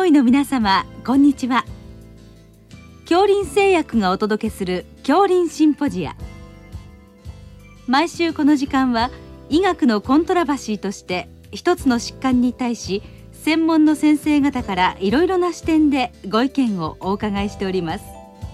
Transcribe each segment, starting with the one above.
医の皆様、こんにちは。杏林製薬がお届けする杏林シンポジア。毎週この時間は医学のコントラバシーとして一つの疾患に対し専門の先生方からいろいろな視点でご意見をお伺いしております。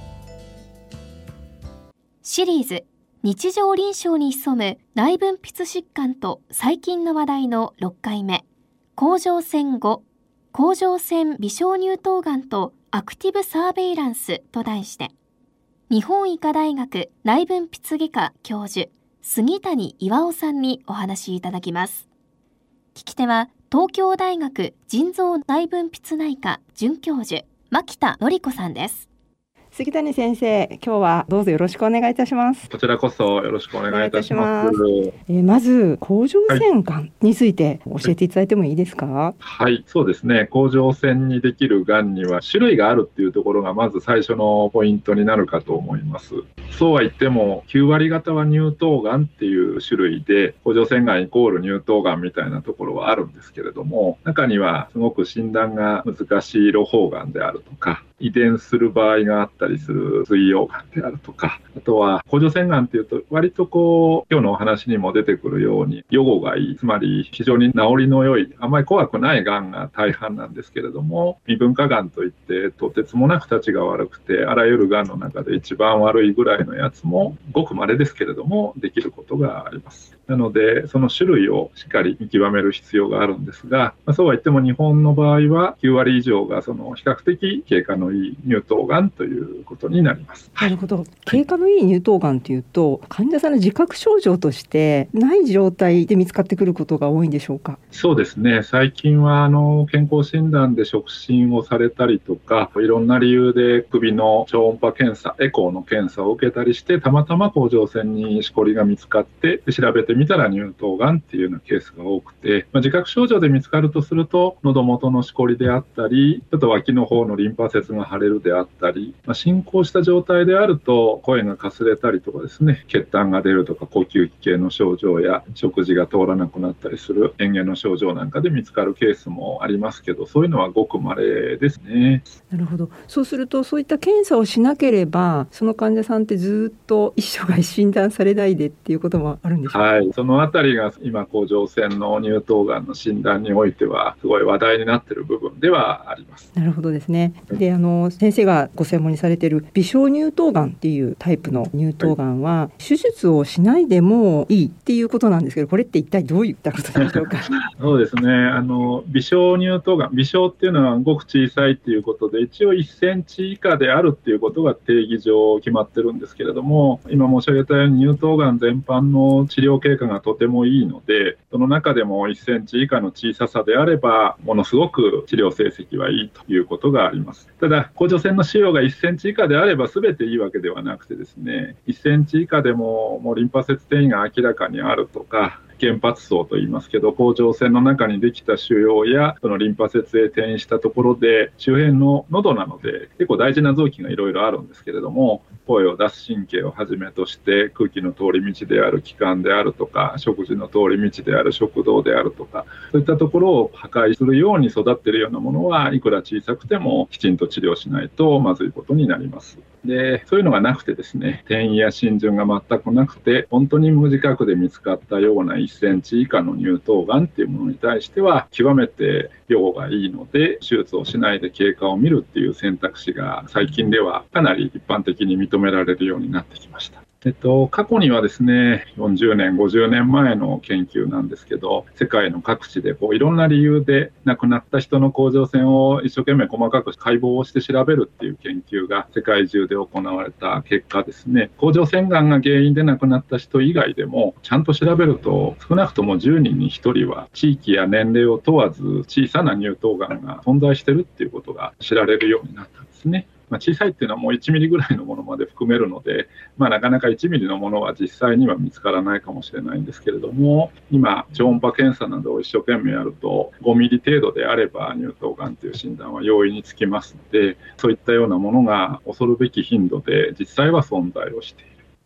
シリーズ日常臨床に潜む内分泌疾患と細菌の話題の6回目、甲状腺後甲状腺微小乳頭がんとアクティブサーベイランスと題して、日本医科大学内分泌外科教授杉谷巌さんにお話しいただきます。聞き手は東京大学腎臓内分泌内科准教授牧田典子さんです。 杉谷先生、今日はどうぞよろしくお願いいたします。 こちらこそよろしくお願いいたします。 まず甲状腺がんについて教えていただいてもいいですか？ はい、そうですね。甲状腺にできるがんには種類があるっていうところがまず最初のポイントになるかと思います。そうは言っても9割方は乳頭がんっていう種類で、甲状腺がんイコール乳頭がんみたいなところはあるんですけれども、中にはすごく診断が難しい露胞がんであるとか、遺伝する場合があったりする膵葉がんであるとか、あとは甲状腺がんっていうと割と今日のお話にも出てくるように予後がいい、つまり非常に治りの良い、あまり怖くないがんが大半なんですけれども、未分化がんといってとてつもなくたちが悪くて、あらゆるがんの中で一番悪いぐらいのやつもごく稀ですけれどもできることがあります。なのでその種類をしっかり見極める必要があるんですが、そうは言っても日本の場合は9割以上がその比較的経過のいい乳頭がんということになります。 なるほど。経過のいい乳頭がんというと、患者さんの自覚症状としてない状態で見つかってくることが多いんでしょうか？ そうですね。最近は健康診断で触診をされたりとか、いろんな理由で首の超音波検査、エコーの検査を受けたりして、たまたま甲状腺にしこりが見つかって調べてみたら乳頭がんっていうようなケースが多くて、自覚症状で見つかるとすると、喉元のしこりであったり、ちょっと脇の方のリンパ節が腫れるであったり、進行した状態であると声がかすれたりとかですね、血痰が出るとか呼吸器系の症状や食事が通らなくなったりする嚥下の症状なんかで見つかるケースもありますけど、そういうのはごく稀ですね。 なるほど。そうするとそういった検査をしなければ、その患者さんってずっと一生涯診断されないでっていうこともあるんでしょうか？ はい、そのあたりが今甲状腺の乳頭がんの診断においてはすごい話題になっている部分ではあります。 なるほどですね。で、先生がご専門にされている微小乳頭がんっていうタイプの乳頭がんは、手術をしないでもいいっていうことなんですけど、これって一体どういったことでしょうか？ そうですね。微小乳頭がん、微小っていうのはごく小さいっていうことで、一応1センチ以下であるっていうことが定義上決まってるんですけれども、今申し上げたように乳頭がん全般の治療経過がとてもいいので、その中でも1センチ以下の小ささであればものすごく治療成績はいいということがあります。ただ甲状腺の腫瘍が1センチ以下であれば全ていいわけではなくてですね、1センチ以下でもリンパ節転移が明らかにあるとか、原発層と言いますけど、甲状腺の中にできた腫瘍やそのリンパ節へ転移したところで、周辺の喉なので結構大事な臓器がいろいろあるんですけれども、声を出す神経をはじめとして空気の通り道である気管であるとか、食事の通り道である食道であるとか、そういったところを破壊するように育っているようなものはいくら小さくてもきちんと治療しないとまずいことになります。で、そういうのがなくてですね、転移や浸潤が全くなくて、本当に無自覚で見つかったような1センチ以下の乳頭がんっていうものに対しては極めて予後がいいので、手術をしないで経過を見るっていう選択肢が最近ではかなり一般的に認められるようになってきました。過去にはですね、40年、50年前の研究なんですけど、世界の各地でいろんな理由で亡くなった人の甲状腺を一生懸命細かく解剖をして調べるっていう研究が世界中で行われた結果ですね、甲状腺がんが原因で亡くなった人以外でもちゃんと調べると少なくとも10人に1人は地域や年齢を問わず小さな乳頭がんが存在しているっていうことが知られるようになったんですね。小さいっていうのはもう1ミリぐらいのものまで含めるので、なかなか1ミリのものは実際には見つからないかもしれないんですけれども、今超音波検査などを一生懸命やると5ミリ程度であれば乳頭がんという診断は容易につきますので、そういったようなものが恐るべき頻度で実際は存在をしている。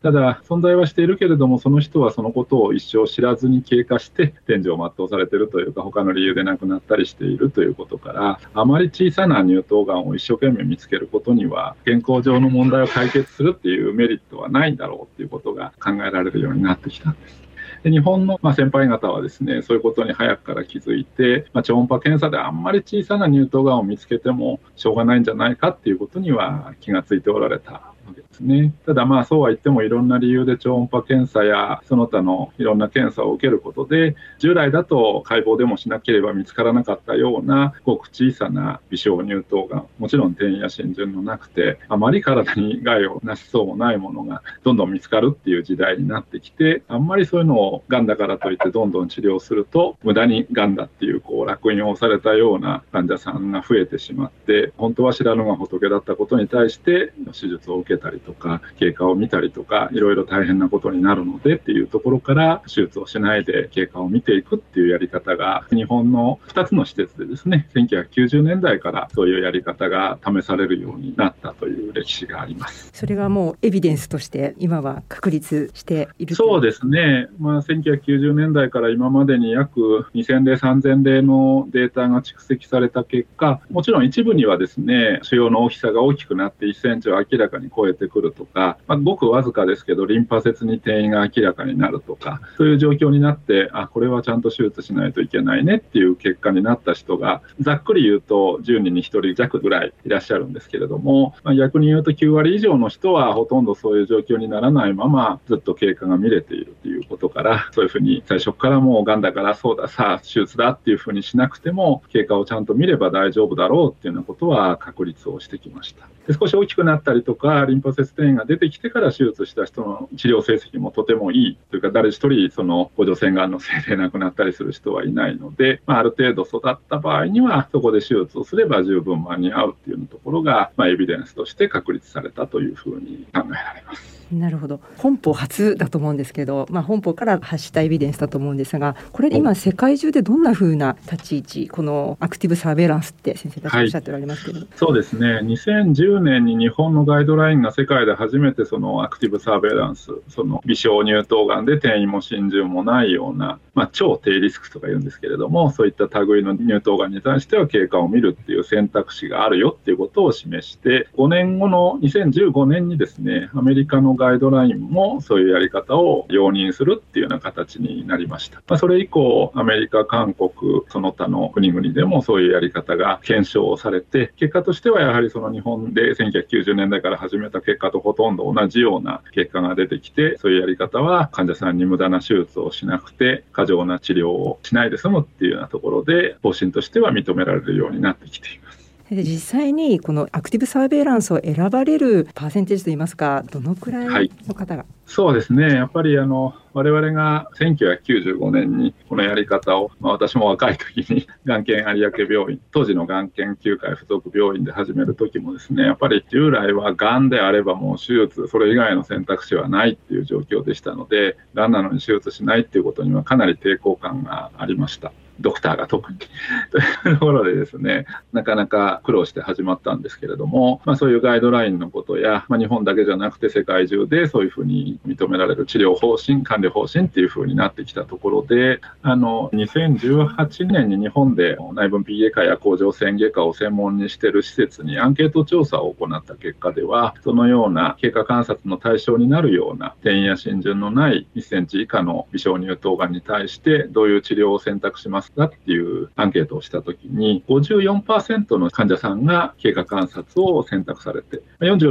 ただ存在はしているけれども、その人はそのことを一生知らずに経過して天寿を全うされているというか、他の理由で亡くなったりしているということから、あまり小さな乳頭がんを一生懸命見つけることには健康上の問題を解決するっていうメリットはないんだろうっていうことが考えられるようになってきたんです。で日本の先輩方はですね、そういうことに早くから気づいて、超音波検査であんまり小さな乳頭がんを見つけてもしょうがないんじゃないかっていうことには気がついておられたわけですね。ただそうは言ってもいろんな理由で超音波検査やその他のいろんな検査を受けることで、従来だと解剖でもしなければ見つからなかったようなごく小さな微小乳頭がん、もちろん転移や浸潤のなくてあまり体に害をなしそうもないものがどんどん見つかるっていう時代になってきて、あんまりそういうのをがんだからといってどんどん治療すると無駄にがんだっていう烙印を押されたような患者さんが増えてしまって、本当は知らぬが仏だったことに対して手術を受けたりとか経過を見たりとかいろいろ大変なことになるのでっていうところから手術をしないで経過を見ていくっていうやり方が日本の2つの施設でですね、1990年代からそういうやり方が試されるようになったという歴史があります。 それがもうエビデンスとして今は確立している。 そうですね、1990年代から今までに約2000例3000例のデータが蓄積された結果、もちろん一部にはですね、腫瘍の大きさが大きくなって1センチを明らかに超えてくるとか、ごくわずかですけどリンパ節に転移が明らかになるとか、そういう状況になって、これはちゃんと手術しないといけないねっていう結果になった人がざっくり言うと10人に1人弱ぐらいいらっしゃるんですけれども、逆に言うと9割以上の人はほとんどそういう状況にならないままずっと経過が見れているということから、そういうふうに最初からもうがんだからそうださあ手術だっていうふうにしなくても経過をちゃんと見れば大丈夫だろうっていうようなことは確立をしてきました。で少し大きくなったりとかリンパ節転移が出てきてから手術した人の治療成績もとてもいいというか、誰一人その甲状腺がんのせいで亡くなったりする人はいないので、ある程度育った場合にはそこで手術をすれば十分間に合うっていうところが、エビデンスとして確立されたというふうに考えられます。 なるほど。本邦初だと思うんですけど、本邦から発したエビデンスだと思うんですが、これ今世界中でどんな風な立ち位置、このアクティブサーベイランスって先生たちおっしゃっておられますけど、 そうですね、2010年に日本のガイドラインが世界で初めてそのアクティブサーベイランス、その微小乳頭がんで転移も浸潤もないような、超低リスクとか言うんですけれども、そういった類の乳頭がんに対しては経過を見るっていう選択肢があるよっていうことを示して、5年後の2015年にですね、アメリカのガイドラインもそういうやり方を容認するっていうような形になりました。それ以降アメリカ、韓国その他の国々でもそういうやり方が検証されて、結果としてはやはりその日本で1990年代から始めた結果とほとんど同じような結果が出てきて、そういうやり方は患者さんに無駄な手術をしなくて過剰な治療をしないで済むっていうようなところで方針としては認められるようになってきています。 で実際にこのアクティブサーベイランスを選ばれるパーセンテージといいますか、どのくらいの方が、 そうですね、やっぱり我々が1995年にこのやり方を、私も若い時にがん研有明病院、当時のがん研究会附属病院で始める時もですね、やっぱり従来はがんであればもう手術、それ以外の選択肢はないっていう状況でしたので、がんなのに手術しないっていうことにはかなり抵抗感がありました。ドクターが特にというところでですね、なかなか苦労して始まったんですけれども、そういうガイドラインのことや、日本だけじゃなくて世界中でそういうふうに認められる治療方針、管理方針っていうふうになってきたところで、2018年に日本で内分泌外科や甲状腺外科を専門にしている施設にアンケート調査を行った結果では、そのような経過観察の対象になるような転移や浸潤のない1センチ以下の微小乳頭がんに対してどういう治療を選択しますかっていうアンケートをしたときに 54% の患者さんが経過観察を選択されて、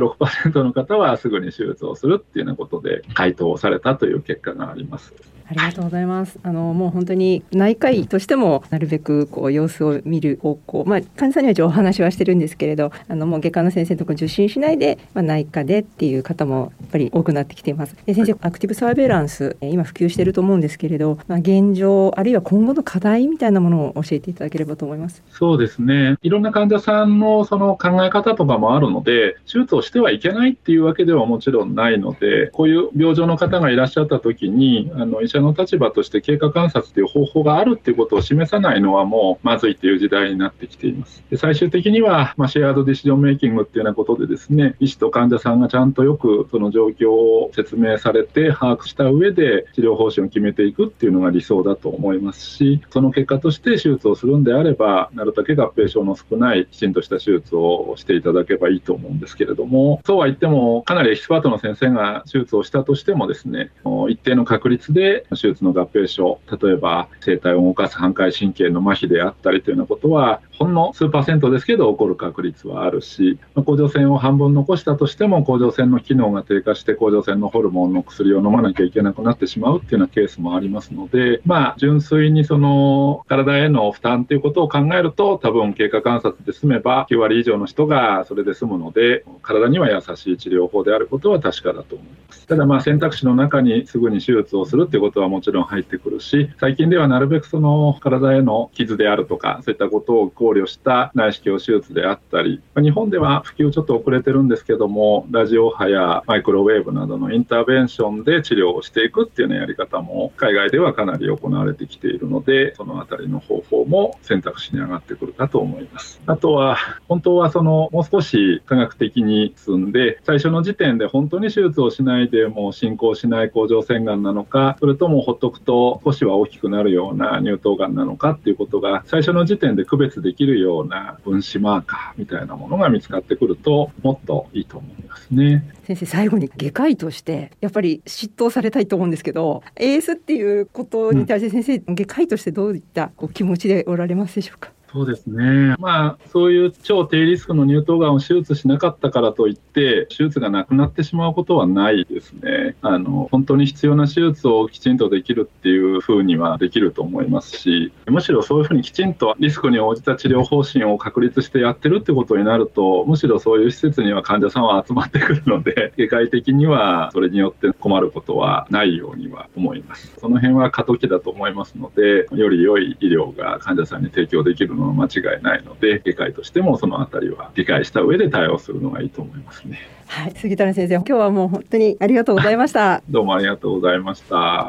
46% の方はすぐに手術をするっていうようなことで回答をされたという結果があります。 ありがとうございます。もう本当に内科医としてもなるべく様子を見る方向、患者さんには一応お話はしてるんですけれど、もう外科の先生のところ受診しないで、内科でっていう方もやっぱり多くなってきています。で先生、アクティブサーベイランス今普及していると思うんですけれど、現状あるいは今後の課題いみたいなものを教えていただければと思います。 そうですね。いろんな患者さんのその考え方とかもあるので、手術をしてはいけないっていうわけではもちろんないので、こういう病状の方がいらっしゃった時に、医者の立場として経過観察という方法があるっていうことを示さないのはもうまずいっていう時代になってきています。で、最終的には、シェアードディシジョンメイキングっていうようなことでですね、医師と患者さんがちゃんとよくその状況を説明されて把握した上で治療方針を決めていくっていうのが理想だと思いますし、その結果として手術をするんであれば、なるだけ合併症の少ないきちんとした手術をしていただけばいいと思うんですけれども、そうは言ってもかなりエキスパートの先生が手術をしたとしてもですね、一定の確率で手術の合併症、例えば声帯を動かす反回神経の麻痺であったりというようなことはほんの数%ですけど起こる確率はあるし、甲状腺を半分残したとしても甲状腺の機能が低下して甲状腺のホルモンの薬を飲まなきゃいけなくなってしまうっていうようなケースもありますので、純粋にその体への負担ということを考えると、多分経過観察で済めば9割以上の人がそれで済むので、体には優しい治療法であることは確かだと思います。ただ選択肢の中にすぐに手術をするっていうことはもちろん入ってくるし、最近ではなるべくその体への傷であるとかそういったことを考慮した内視鏡手術であったり、日本では普及ちょっと遅れてるんですけども、ラジオ波やマイクロウェーブなどのインターベンションで治療をしていくっていうようなやり方も海外ではかなり行われてきているので、そのあたりの方法も選択肢に上がってくるかと思います。あとは本当はもう少し科学的に進んで、最初の時点で本当に手術をしないでもう進行しない甲状腺がんなのか、それともほっとくと少しは大きくなるような乳頭がんなのかっていうことが最初の時点で区別できるような分子マーカーみたいなものが見つかってくるともっといいと思いますね。 先生、最後に外科医としてやっぱり執刀されたいと思うんですけど、AS っていうことに対して先生、外科医としてどういった気持ちでおられますでしょうか？ そうですね。そういう超低リスクの乳頭がんを手術しなかったからといって手術がなくなってしまうことはないですね。本当に必要な手術をきちんとできるっていうふうにはできると思いますし、むしろそういうふうにきちんとリスクに応じた治療方針を確立してやってるってことになると、むしろそういう施設には患者さんは集まってくるので、外科医的にはそれによって困ることはないようには思います。その辺は過渡期だと思いますので、より良い医療が患者さんに提供できるのは間違いないので、外科医としてもそのあたりは理解した上で対応するのがいいと思いますね。 はい、杉谷先生、今日はもう本当にありがとうございましたどうもありがとうございました。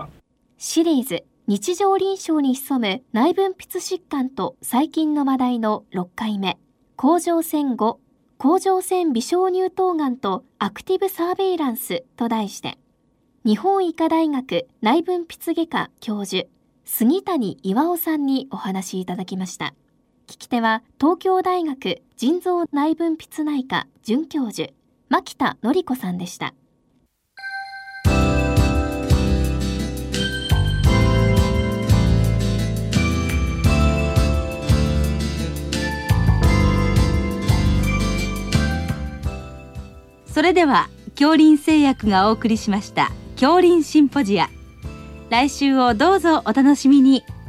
シリーズ日常臨床に潜む内分泌疾患と細菌の話題の6回目、甲状腺後甲状腺微小乳頭がんとアクティブサーベイランスと題して、日本医科大学内分泌外科教授杉谷巌さんにお話しいただきました。聞き手は東京大学腎臓内分泌内科准教授牧田典子さんでした。 それでは杏林製薬がお送りしました杏林シンポジア、来週をどうぞお楽しみに。